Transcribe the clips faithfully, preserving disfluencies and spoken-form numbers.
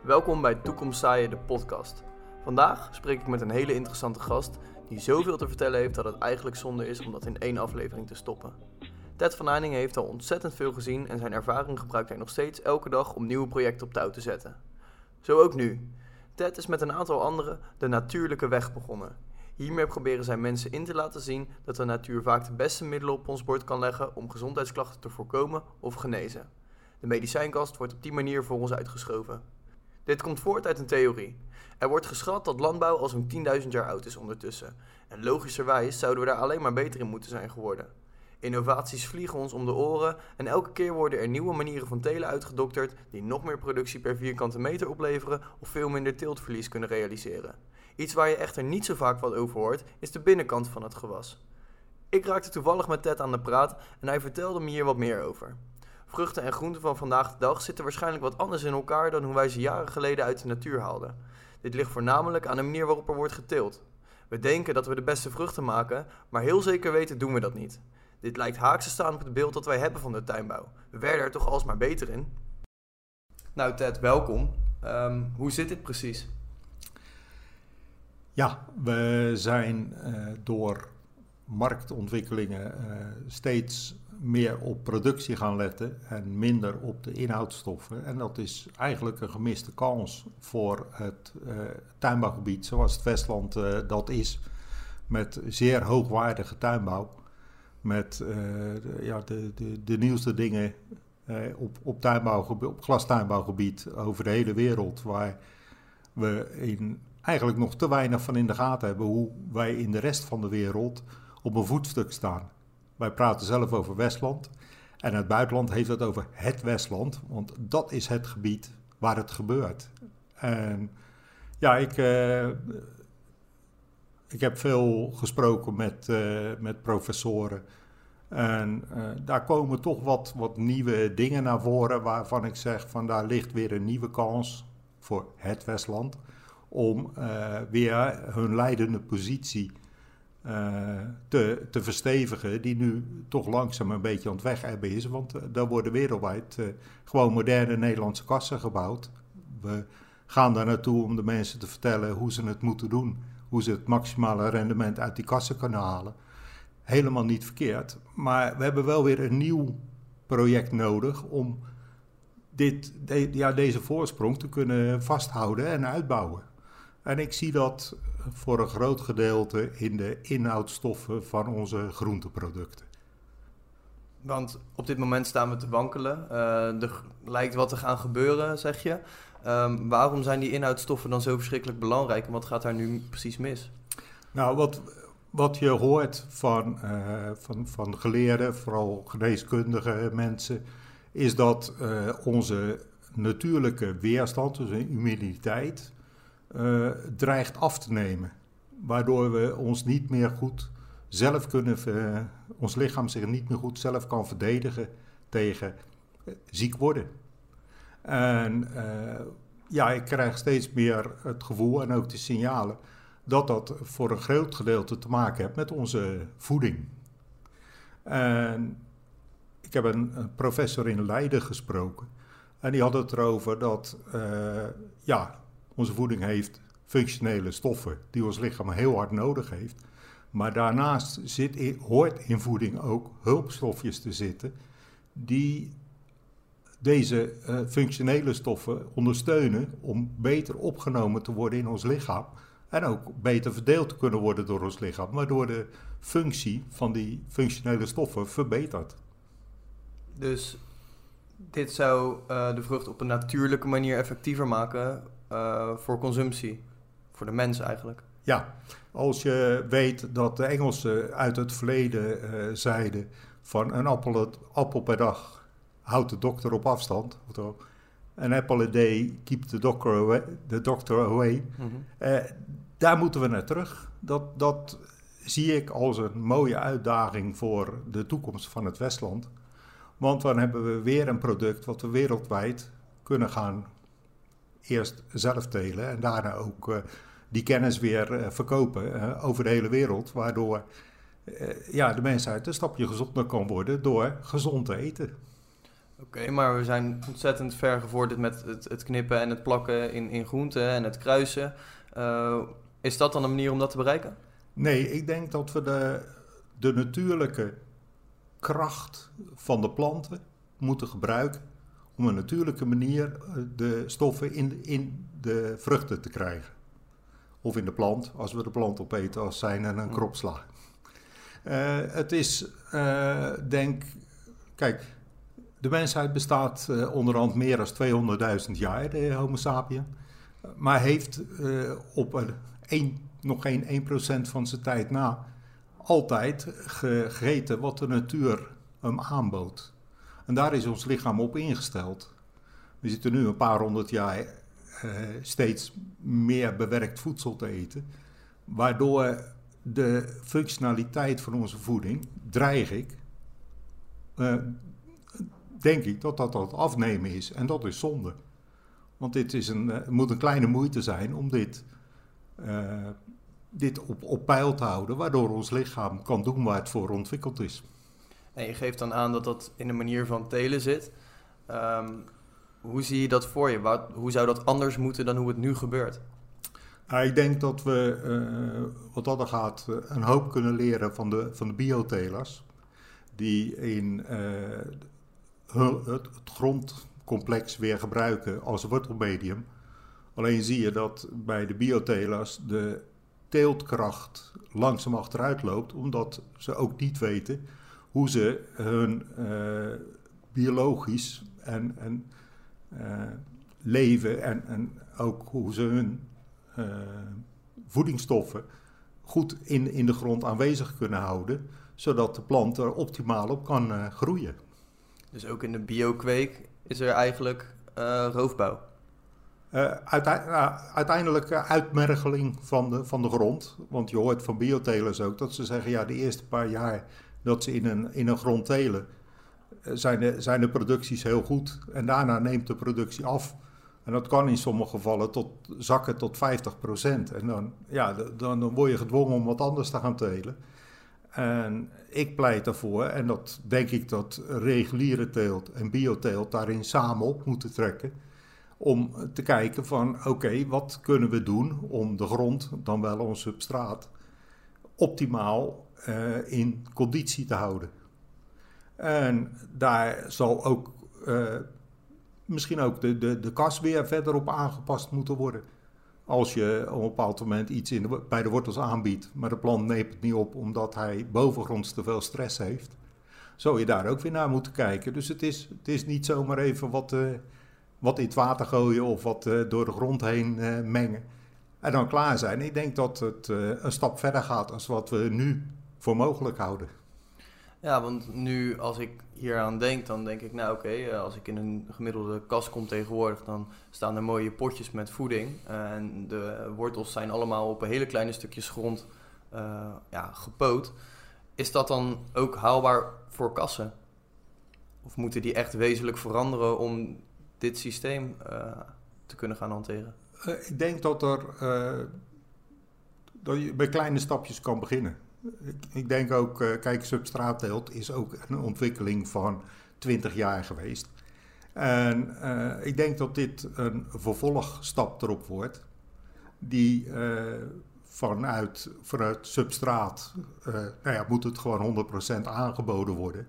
Welkom bij Toekomstzaaien, de podcast. Vandaag spreek ik met een hele interessante gast die zoveel te vertellen heeft dat het eigenlijk zonde is om dat in één aflevering te stoppen. Ted van Aaningen heeft al ontzettend veel gezien en zijn ervaring gebruikt hij nog steeds elke dag om nieuwe projecten op touw te zetten. Zo ook nu. Ted is met een aantal anderen de natuurlijke weg begonnen. Hiermee proberen zij mensen in te laten zien dat de natuur vaak de beste middelen op ons bord kan leggen om gezondheidsklachten te voorkomen of genezen. De medicijnkast wordt op die manier voor ons uitgeschoven. Dit komt voort uit een theorie. Er wordt geschat dat landbouw al zo'n tienduizend jaar oud is ondertussen. En logischerwijs zouden we daar alleen maar beter in moeten zijn geworden. Innovaties vliegen ons om de oren en elke keer worden er nieuwe manieren van telen uitgedokterd die nog meer productie per vierkante meter opleveren of veel minder teeltverlies kunnen realiseren. Iets waar je echter niet zo vaak wat over hoort is de binnenkant van het gewas. Ik raakte toevallig met Ted aan de praat en hij vertelde me hier wat meer over. Vruchten en groenten van vandaag de dag zitten waarschijnlijk wat anders in elkaar dan hoe wij ze jaren geleden uit de natuur haalden. Dit ligt voornamelijk aan de manier waarop er wordt geteeld. We denken dat we de beste vruchten maken, maar heel zeker weten doen we dat niet. Dit lijkt haaks te staan op het beeld dat wij hebben van de tuinbouw. We werden er toch alsmaar beter in. Nou Ted, welkom. Um, hoe zit dit precies? Ja, we zijn uh, door marktontwikkelingen uh, steeds meer op productie gaan letten en minder op de inhoudstoffen. En dat is eigenlijk een gemiste kans voor het uh, tuinbouwgebied zoals het Westland uh, dat is. Met zeer hoogwaardige tuinbouw. Met uh, de, ja, de, de, de nieuwste dingen uh, op, op, tuinbouwgebied, op glastuinbouwgebied over de hele wereld. Waar we in, eigenlijk nog te weinig van in de gaten hebben hoe wij in de rest van de wereld op een voetstuk staan. Wij praten zelf over Westland en het buitenland heeft het over het Westland, want dat is het gebied waar het gebeurt. En ja, ik, uh, ik heb veel gesproken met, uh, met professoren en uh, daar komen toch wat, wat nieuwe dingen naar voren waarvan ik zeg van daar ligt weer een nieuwe kans voor het Westland om uh, weer hun leidende positie Uh, te, te verstevigen, die nu toch langzaam een beetje aan het wegebben is. Want uh, daar worden wereldwijd uh, gewoon moderne Nederlandse kassen gebouwd. We gaan daar naartoe om de mensen te vertellen hoe ze het moeten doen. Hoe ze het maximale rendement uit die kassen kunnen halen. Helemaal niet verkeerd. Maar we hebben wel weer een nieuw project nodig om dit, de, ja, deze voorsprong te kunnen vasthouden en uitbouwen. En ik zie dat voor een groot gedeelte in de inhoudstoffen van onze groenteproducten. Want op dit moment staan we te wankelen. Uh, er lijkt wat te gaan gebeuren, zeg je. Um, waarom zijn die inhoudstoffen dan zo verschrikkelijk belangrijk en wat gaat daar nu precies mis? Nou, wat, wat je hoort van, uh, van, van geleerden, vooral geneeskundige mensen, is dat uh, onze natuurlijke weerstand, dus een immuniteit, Uh, dreigt af te nemen. Waardoor we ons niet meer goed zelf kunnen, uh, ons lichaam zich niet meer goed zelf kan verdedigen tegen uh, ziek worden. En uh, ja, ik krijg steeds meer het gevoel en ook de signalen dat dat voor een groot gedeelte te maken heeft met onze voeding. En ik heb een, een professor in Leiden gesproken en die had het erover dat uh, ja, onze voeding heeft functionele stoffen die ons lichaam heel hard nodig heeft. Maar daarnaast zit in, hoort in voeding ook hulpstofjes te zitten die deze uh, functionele stoffen ondersteunen om beter opgenomen te worden in ons lichaam. En ook beter verdeeld te kunnen worden door ons lichaam, waardoor de functie van die functionele stoffen verbetert. Dus dit zou uh, de vrucht op een natuurlijke manier effectiever maken uh, voor consumptie, voor de mens eigenlijk. Ja, als je weet dat de Engelsen uit het verleden uh, zeiden van een appel, appel per dag houdt de dokter op afstand. An apple a day keeps the doctor away. The doctor away. Mm-hmm. Uh, daar moeten we naar terug. Dat, dat zie ik als een mooie uitdaging voor de toekomst van het Westland. Want dan hebben we weer een product wat we wereldwijd kunnen gaan eerst zelf telen en daarna ook uh, die kennis weer uh, verkopen uh, over de hele wereld. Waardoor uh, ja, de mensheid een stapje gezonder kan worden door gezond te eten. Oké, okay, maar we zijn ontzettend ver gevorderd met het, het knippen en het plakken in, in groenten en het kruisen. Uh, is dat dan een manier om dat te bereiken? Nee, ik denk dat we de, de natuurlijke kracht van de planten moeten gebruiken om een natuurlijke manier de stoffen in, in de vruchten te krijgen. Of in de plant, als we de plant opeten als zijn en een kropsla. Uh, het is, uh, denk, kijk, de mensheid bestaat uh, onderhand meer dan tweehonderdduizend jaar, de Homo sapien. Maar heeft uh, op een, een, nog geen één procent van zijn tijd na altijd gegeten wat de natuur hem aanbood. En daar is ons lichaam op ingesteld. We zitten nu een paar honderd jaar uh, steeds meer bewerkt voedsel te eten, waardoor de functionaliteit van onze voeding, dreig ik, uh, denk ik dat dat aan het afnemen is. En dat is zonde. Want dit is een, uh, moet een kleine moeite zijn om dit, uh, dit op, op peil te houden, waardoor ons lichaam kan doen waar het voor ontwikkeld is. En je geeft dan aan dat dat in de manier van telen zit. Um, hoe zie je dat voor je? Wat, hoe zou dat anders moeten dan hoe het nu gebeurt? Nou, ik denk dat we, uh, wat dat er gaat, uh, een hoop kunnen leren van de, van de biotelers. Die in uh, het, het grondcomplex weer gebruiken als wortelmedium. Alleen zie je dat bij de biotelers de teeltkracht langzaam achteruit loopt, omdat ze ook niet weten hoe ze hun uh, biologisch en, en uh, leven en, en ook hoe ze hun uh, voedingsstoffen goed in, in de grond aanwezig kunnen houden, zodat de plant er optimaal op kan uh, groeien. Dus ook in de biokweek is er eigenlijk uh, roofbouw? Uh, uite- uh, uiteindelijk uh, uitmergeling van de, van de grond. Want je hoort van biotelers ook dat ze zeggen, ja, de eerste paar jaar dat ze in een, in een grond telen, uh, zijn, de, zijn de producties heel goed. En daarna neemt de productie af. En dat kan in sommige gevallen tot, zakken tot vijftig procent. En dan, ja, dan, dan word je gedwongen om wat anders te gaan telen. En ik pleit ervoor, en dat denk ik dat reguliere teelt en bioteelt daarin samen op moeten trekken, om te kijken van, oké, okay, wat kunnen we doen om de grond, dan wel ons substraat, optimaal uh, in conditie te houden. En daar zal ook uh, misschien ook de, de, de kas weer verder op aangepast moeten worden. Als je op een bepaald moment iets in de, bij de wortels aanbiedt, maar de plant neemt het niet op omdat hij bovengronds te veel stress heeft, zou je daar ook weer naar moeten kijken. Dus het is, het is niet zomaar even wat, uh, wat in het water gooien of wat uh, door de grond heen uh, mengen en dan klaar zijn. Ik denk dat het uh, een stap verder gaat dan wat we nu voor mogelijk houden. Ja, want nu als ik hier aan denk, dan denk ik, nou oké, okay, als ik in een gemiddelde kas kom tegenwoordig, dan staan er mooie potjes met voeding. Uh, en de wortels zijn allemaal op een hele kleine stukjes grond uh, ja, gepoot. Is dat dan ook haalbaar voor kassen? Of moeten die echt wezenlijk veranderen om dit systeem uh, te kunnen gaan hanteren? Uh, ik denk dat, er, uh, dat je bij kleine stapjes kan beginnen. Ik, ik denk ook, uh, kijk, substraatteelt is ook een ontwikkeling van twintig jaar geweest. En uh, ik denk dat dit een vervolgstap erop wordt, die uh, vanuit, vanuit substraat, uh, nou ja, moet het gewoon honderd procent aangeboden worden.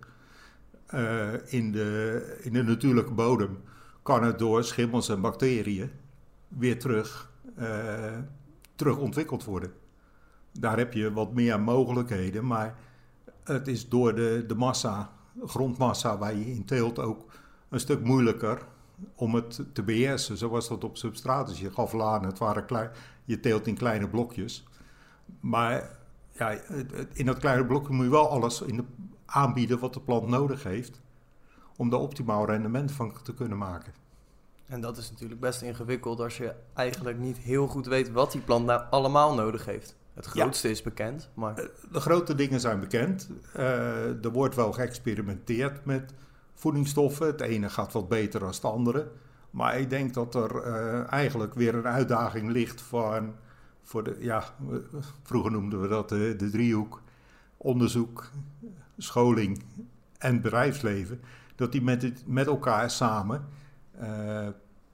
Uh, in, de, in de natuurlijke bodem kan het door schimmels en bacteriën weer terug, uh, terug ontwikkeld worden. Daar heb je wat meer mogelijkheden, maar het is door de, de massa, grondmassa waar je in teelt ook een stuk moeilijker om het te beheersen. Zo was dat op substraat. Dus je gaf aan, het waren klein, je teelt in kleine blokjes. Maar ja, in dat kleine blokje moet je wel alles in de, aanbieden wat de plant nodig heeft om daar optimaal rendement van te kunnen maken. En dat is natuurlijk best ingewikkeld als je eigenlijk niet heel goed weet wat die plant nou allemaal nodig heeft. Het grootste ja. is bekend, maar... De grote dingen zijn bekend. Uh, er wordt wel geëxperimenteerd met voedingsstoffen. Het ene gaat wat beter dan het andere. Maar ik denk dat er uh, eigenlijk weer een uitdaging ligt van... Voor de, ja, vroeger noemden we dat de, de driehoek. Onderzoek, scholing en bedrijfsleven. dat die met, het, met elkaar samen uh,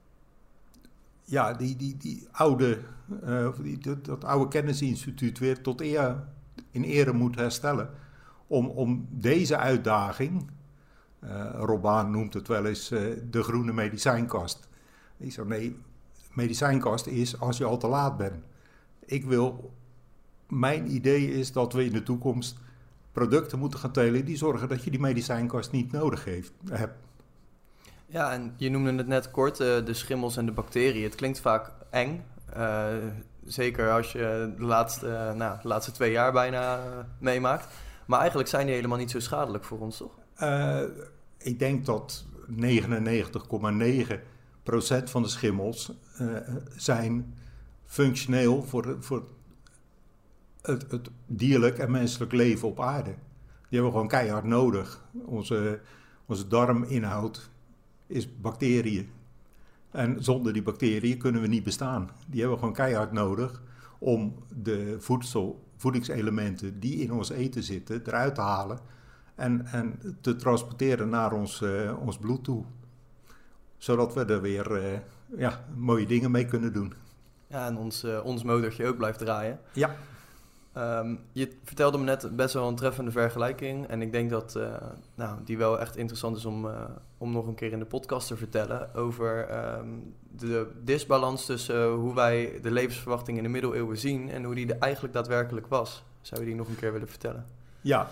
ja, die, die, die oude, uh, die, dat, dat oude kennisinstituut weer tot eer, in ere moet herstellen. Om, om deze uitdaging, uh, Rob Baan noemt het wel eens uh, de groene medicijnkast. Ik zeg nee, medicijnkast is als je al te laat bent. Ik wil, mijn idee is dat we in de toekomst producten moeten gaan telen die zorgen dat je die medicijnkast niet nodig heeft, hebt. Ja, en je noemde het net kort, uh, de schimmels en de bacteriën. Het klinkt vaak eng, uh, zeker als je de laatste, uh, nou, de laatste twee jaar bijna uh, meemaakt. Maar eigenlijk zijn die helemaal niet zo schadelijk voor ons, toch? Uh, ik denk dat negenennegentig komma negen procent van de schimmels uh, zijn functioneel voor, voor het, het dierlijk en menselijk leven op aarde. Die hebben we gewoon keihard nodig. Onze, onze darminhoud is bacteriën. En zonder die bacteriën kunnen we niet bestaan. Die hebben we gewoon keihard nodig om de voedsel, voedingselementen die in ons eten zitten eruit te halen en, en te transporteren naar ons, uh, ons bloed toe. Zodat we er weer uh, ja, mooie dingen mee kunnen doen. Ja, en ons, uh, ons motortje ook blijft draaien. Ja. Um, je vertelde me net best wel een treffende vergelijking. En ik denk dat uh, nou, die wel echt interessant is om, uh, om nog een keer in de podcast te vertellen. Over um, de disbalans tussen uh, hoe wij de levensverwachting in de middeleeuwen zien en hoe die er eigenlijk daadwerkelijk was. Zou je die nog een keer willen vertellen? Ja,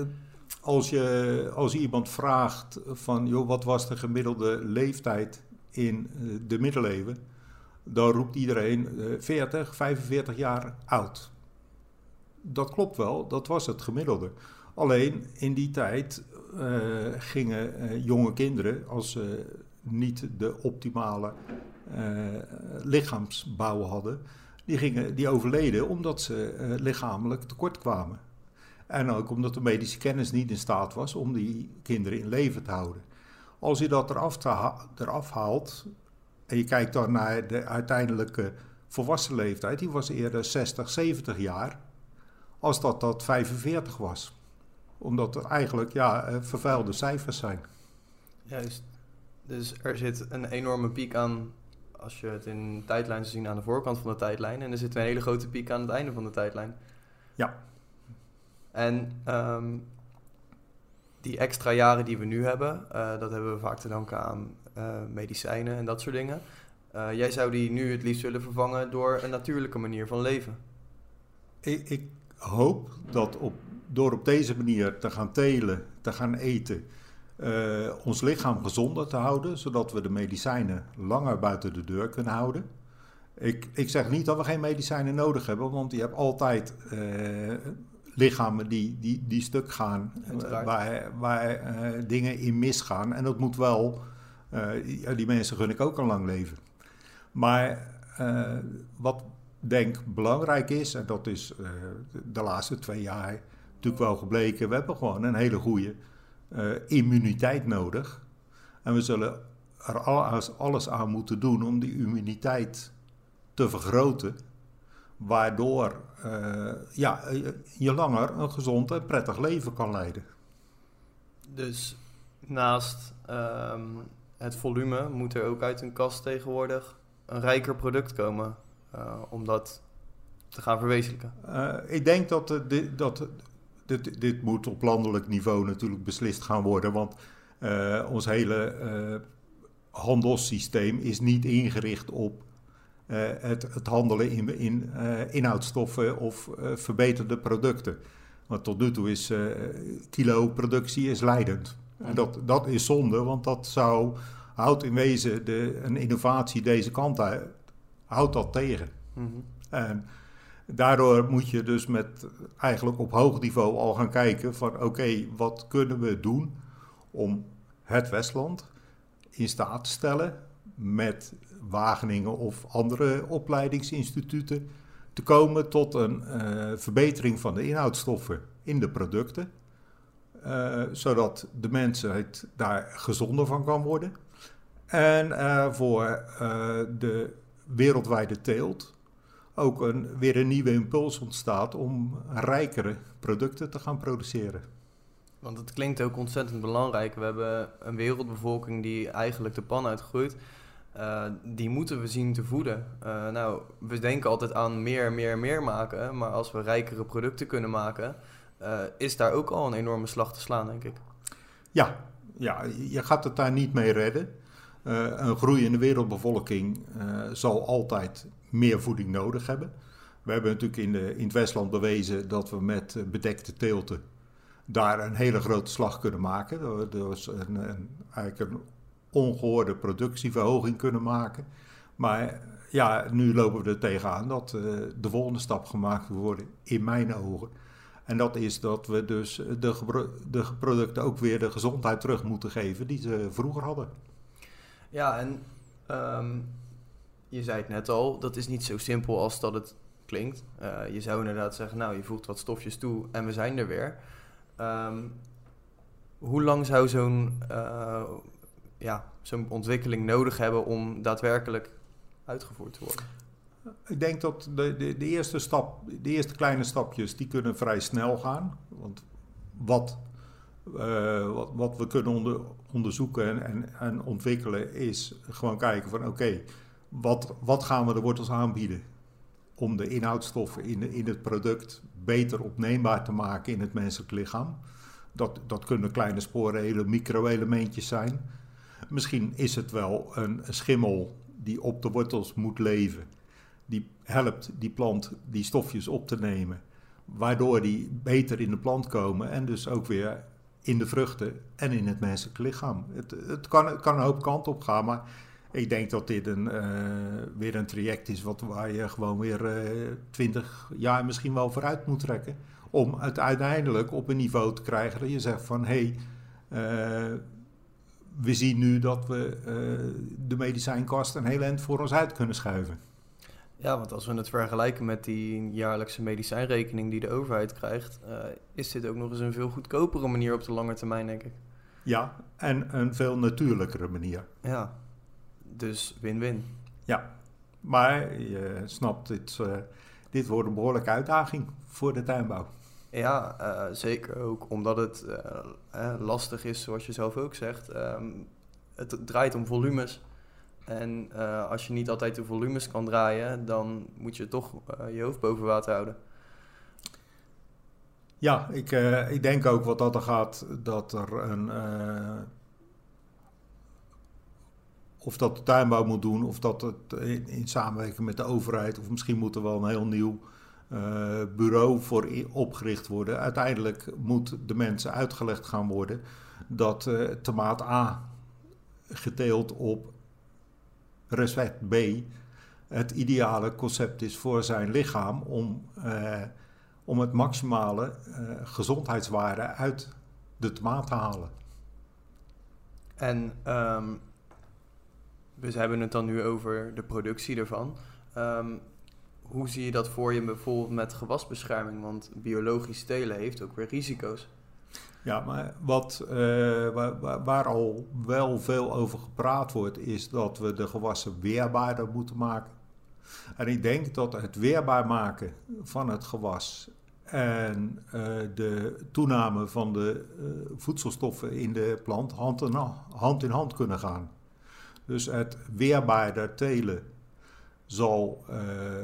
als je, als je iemand vraagt van joh, wat was de gemiddelde leeftijd in de middeleeuwen, dan roept iedereen uh, veertig, vijfenveertig jaar oud. Dat klopt wel, dat was het gemiddelde. Alleen in die tijd uh, gingen uh, jonge kinderen, als ze niet de optimale uh, lichaamsbouw hadden, die, gingen, die overleden omdat ze uh, lichamelijk tekort kwamen. En ook omdat de medische kennis niet in staat was om die kinderen in leven te houden. Als je dat eraf, te ha- eraf haalt en je kijkt dan naar de uiteindelijke volwassen leeftijd, die was eerder zestig, zeventig jaar. Als dat dat vijfenveertig was. Omdat er eigenlijk ja, vervuilde cijfers zijn. Juist. Dus er zit een enorme piek aan, als je het in tijdlijn zou zien, aan de voorkant van de tijdlijn. En er zit een hele grote piek aan het einde van de tijdlijn. Ja. En um, die extra jaren die we nu hebben, uh, dat hebben we vaak te danken aan uh, medicijnen en dat soort dingen. Uh, jij zou die nu het liefst willen vervangen door een natuurlijke manier van leven. Ik, ik hoop dat op, door op deze manier te gaan telen, te gaan eten, uh, ons lichaam gezonder te houden, zodat we de medicijnen langer buiten de deur kunnen houden. Ik, ik zeg niet dat we geen medicijnen nodig hebben, want je hebt altijd uh, lichamen die, die, die stuk gaan, uh, waar, waar uh, dingen in misgaan. En dat moet wel, uh, die mensen gun ik ook een lang leven. Maar uh, wat denk belangrijk is, en dat is uh, de laatste twee jaar natuurlijk wel gebleken, we hebben gewoon een hele goede uh, immuniteit nodig. En we zullen er alles, alles aan moeten doen om die immuniteit te vergroten, waardoor uh, ja, je langer een gezond en prettig leven kan leiden. Dus naast um, het volume moet er ook uit een kast tegenwoordig een rijker product komen uh, om dat te gaan verwezenlijken. Uh, ik denk dat, uh, dit, dat dit, dit moet op landelijk niveau natuurlijk beslist gaan worden, want uh, ons hele uh, handelssysteem is niet ingericht op Uh, het, het handelen in, in uh, inhoudstoffen of uh, verbeterde producten. Want tot nu toe is uh, kilo-productie is leidend. En dat, dat is zonde, want dat zou, houdt in wezen de, een innovatie deze kant uit, houdt dat tegen. Mm-hmm. En daardoor moet je dus met eigenlijk op hoog niveau al gaan kijken van oké, okay, wat kunnen we doen om het Westland in staat te stellen met Wageningen of andere opleidingsinstituten te komen tot een uh, verbetering van de inhoudstoffen in de producten. Uh, zodat de mensheid daar gezonder van kan worden. En uh, voor uh, de wereldwijde teelt ook een, weer een nieuwe impuls ontstaat om rijkere producten te gaan produceren. Want het klinkt ook ontzettend belangrijk. We hebben een wereldbevolking die eigenlijk de pan uitgroeit. Uh, die moeten we zien te voeden. Uh, nou, we denken altijd aan meer, meer, meer maken. Maar als we rijkere producten kunnen maken, uh, is daar ook al een enorme slag te slaan, denk ik. Ja, ja je gaat het daar niet mee redden. Uh, een groeiende wereldbevolking uh, zal altijd meer voeding nodig hebben. We hebben natuurlijk in, de, in het Westland bewezen dat we met uh, bedekte teelten daar een hele grote slag kunnen maken. Dat we dus een, een, eigenlijk een ongehoorde productieverhoging kunnen maken. Maar ja, nu lopen we er tegenaan dat uh, de volgende stap gemaakt moet worden, in mijn ogen. En dat is dat we dus de, gebro- de producten ook weer de gezondheid terug moeten geven die ze vroeger hadden. Ja, en um, je zei het net al, dat is niet zo simpel als dat het klinkt. Uh, je zou inderdaad zeggen, nou, je voegt wat stofjes toe en we zijn er weer. Um, hoe lang zou zo'n, uh, ja, zo'n ontwikkeling nodig hebben om daadwerkelijk uitgevoerd te worden? Ik denk dat de, de, de, eerste stap, de eerste kleine stapjes, die kunnen vrij snel gaan. Want wat, uh, wat, wat we kunnen onder, onderzoeken en, en, en ontwikkelen is gewoon kijken van oké, okay, wat, wat gaan we de wortels aanbieden om de inhoudstoffen in, de, in het product beter opneembaar te maken in het menselijk lichaam. Dat, dat kunnen kleine sporen, micro-elementjes zijn. Misschien is het wel een schimmel die op de wortels moet leven. Die helpt die plant die stofjes op te nemen, waardoor die beter in de plant komen en dus ook weer in de vruchten en in het menselijk lichaam. Het, het, kan, het kan een hoop kant op gaan, maar ik denk dat dit een, uh, weer een traject is wat, waar je gewoon weer twintig uh, jaar misschien wel vooruit moet trekken. Om het uiteindelijk op een niveau te krijgen dat je zegt van hé, hey, uh, we zien nu dat we uh, de medicijnkast een heel eind voor ons uit kunnen schuiven. Ja, want als we het vergelijken met die jaarlijkse medicijnrekening die de overheid krijgt, uh, is dit ook nog eens een veel goedkopere manier op de lange termijn, denk ik. Ja, en een veel natuurlijkere manier. Ja, dus win-win. Ja, maar je snapt, dit, uh, dit wordt een behoorlijke uitdaging voor de tuinbouw. Ja, uh, zeker ook omdat het uh, uh, lastig is, zoals je zelf ook zegt. Um, het draait om volumes. En uh, als je niet altijd de volumes kan draaien, dan moet je toch uh, je hoofd boven water houden. Ja, ik, uh, ik denk ook wat dat er gaat, dat er een... Uh, of dat de tuinbouw moet doen, of dat het in, in samenwerking met de overheid, of misschien moet er wel een heel nieuw uh, bureau voor opgericht worden. Uiteindelijk moet de mensen uitgelegd gaan worden dat uh, tomaat A geteeld op restwet B het ideale concept is voor zijn lichaam om, uh, om het maximale uh, gezondheidswaarde uit de tomaat te halen. En um, we hebben het dan nu over de productie ervan. Um, hoe zie je dat voor je bijvoorbeeld met gewasbescherming? Want biologisch telen heeft ook weer risico's. Ja, maar wat, uh, waar, waar al wel veel over gepraat wordt, is dat we de gewassen weerbaarder moeten maken. En ik denk dat het weerbaar maken van het gewas en uh, de toename van de uh, voedselstoffen in de plant hand in hand, in hand kunnen gaan. Dus het weerbaarder telen zal uh,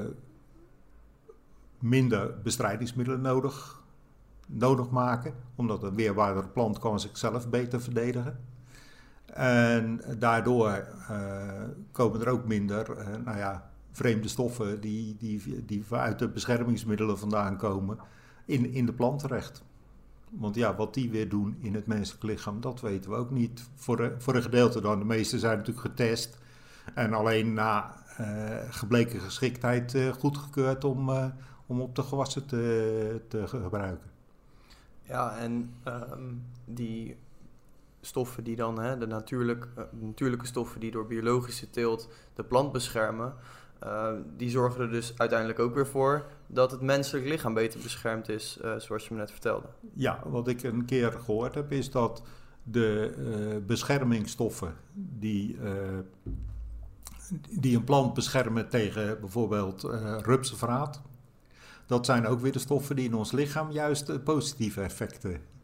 minder bestrijdingsmiddelen nodig nodig maken, omdat een weerbaardere plant kan zichzelf beter verdedigen. En daardoor uh, komen er ook minder uh, nou ja, vreemde stoffen die, die, die uit de beschermingsmiddelen vandaan komen in, in de plant terecht. Want ja, wat die weer doen in het menselijk lichaam, dat weten we ook niet. Voor, voor een gedeelte dan. De meeste zijn natuurlijk getest en alleen na uh, gebleken geschiktheid uh, goedgekeurd om, uh, om op de gewassen te, te gebruiken. Ja, en um, die stoffen die dan, hè, de natuurlijk, uh, natuurlijke stoffen die door biologische teelt de plant beschermen, uh, die zorgen er dus uiteindelijk ook weer voor dat het menselijk lichaam beter beschermd is, uh, zoals je me net vertelde. Ja, wat ik een keer gehoord heb is dat de uh, beschermingsstoffen die, uh, die een plant beschermen tegen bijvoorbeeld uh, rupsenvraat, dat zijn ook weer de stoffen die in ons lichaam juist positieve effecten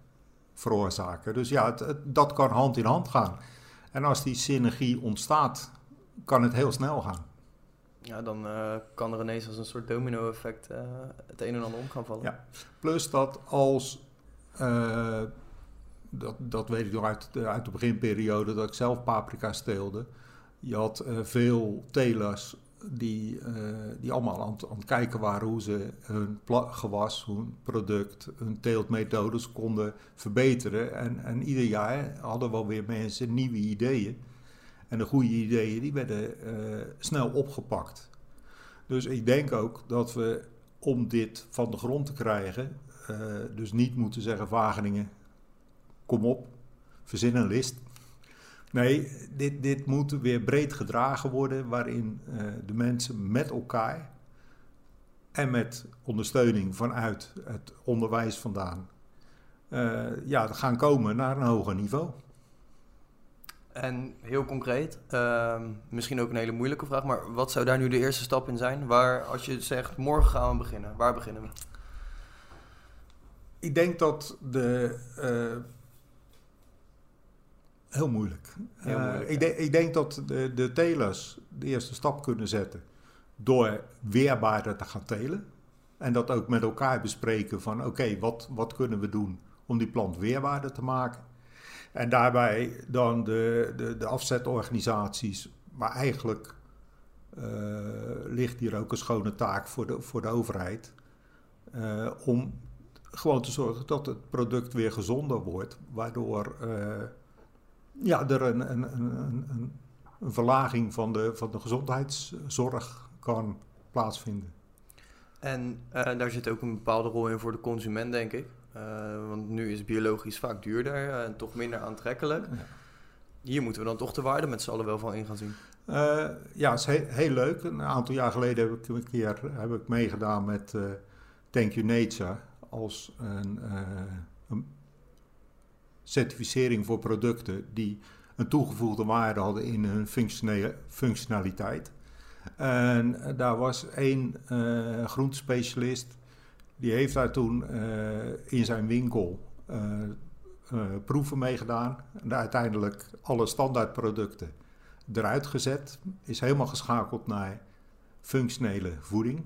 veroorzaken. Dus ja, het, het, dat kan hand in hand gaan. En als die synergie ontstaat, kan het heel snel gaan. Ja, dan uh, kan er ineens als een soort domino-effect uh, het een en ander om gaan vallen. Ja. Plus dat als, uh, dat, dat weet ik nog uit de, uit de beginperiode dat ik zelf paprika's teelde. Je had uh, veel telers die, uh, die allemaal aan, aan het kijken waren hoe ze hun pla- gewas, hun product, hun teeltmethodes konden verbeteren. En, en ieder jaar hadden wel weer mensen nieuwe ideeën. En de goede ideeën die werden uh, snel opgepakt. Dus ik denk ook dat we om dit van de grond te krijgen, uh, dus niet moeten zeggen Wageningen, kom op, verzin een list. Nee, dit, dit moet weer breed gedragen worden, waarin uh, de mensen met elkaar en met ondersteuning vanuit het onderwijs vandaan uh, ja, gaan komen naar een hoger niveau. En heel concreet, uh, misschien ook een hele moeilijke vraag, maar wat zou daar nu de eerste stap in zijn? Waar, als je zegt, morgen gaan we beginnen, waar beginnen we? Ik denk dat de... Uh, heel moeilijk. Heel moeilijk uh, ik, de, ik denk dat de, de telers de eerste stap kunnen zetten door weerbaarder te gaan telen. En dat ook met elkaar bespreken van oké, okay, wat, wat kunnen we doen om die plant weerbaarder te maken? En daarbij dan de, de, de afzetorganisaties, maar eigenlijk uh, ligt hier ook een schone taak voor de, voor de overheid. Uh, om gewoon te zorgen dat het product weer gezonder wordt, waardoor uh, ja, er een, een, een, een, een verlaging van de, van de gezondheidszorg kan plaatsvinden. En uh, daar zit ook een bepaalde rol in voor de consument, denk ik. Uh, want nu is biologisch vaak duurder uh, en toch minder aantrekkelijk. Ja. Hier moeten we dan toch de waarde met z'n allen wel van in gaan zien. Uh, ja, het is heel, heel leuk. Een aantal jaar geleden heb ik een keer heb ik meegedaan met uh, Thank You Nature als een, uh, een certificering voor producten die een toegevoegde waarde hadden in hun functionaliteit. En daar was één uh, groentespecialist. Die heeft daar toen uh, in zijn winkel uh, uh, proeven mee gedaan. En uiteindelijk alle standaardproducten eruit gezet. Is helemaal geschakeld naar functionele voeding.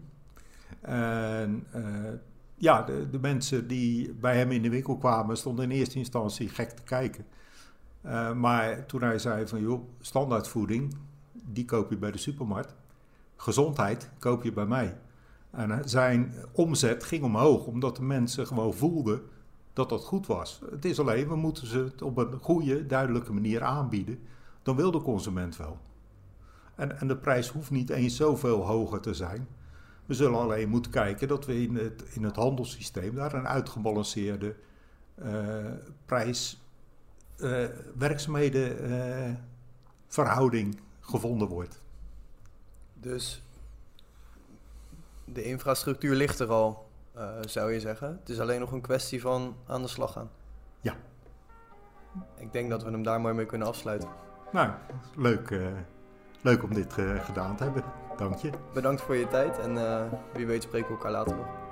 En uh, ja, de, de mensen die bij hem in de winkel kwamen stonden in eerste instantie gek te kijken. Uh, maar toen hij zei van joh, standaardvoeding, die koop je bij de supermarkt. Gezondheid koop je bij mij. En zijn omzet ging omhoog, omdat de mensen gewoon voelden dat dat goed was. Het is alleen, we moeten ze het op een goede, duidelijke manier aanbieden. Dan wil de consument wel. En, en de prijs hoeft niet eens zoveel hoger te zijn. We zullen alleen moeten kijken dat we in het, in het handelssysteem daar een uitgebalanceerde uh, prijs, uh, werkzaamheden, uh, verhouding gevonden wordt. Dus de infrastructuur ligt er al, uh, zou je zeggen. Het is alleen nog een kwestie van aan de slag gaan. Ja. Ik denk dat we hem daar mooi mee kunnen afsluiten. Nou, leuk, uh, leuk om dit uh, gedaan te hebben. Dank je. Bedankt voor je tijd en uh, wie weet spreken we elkaar later nog.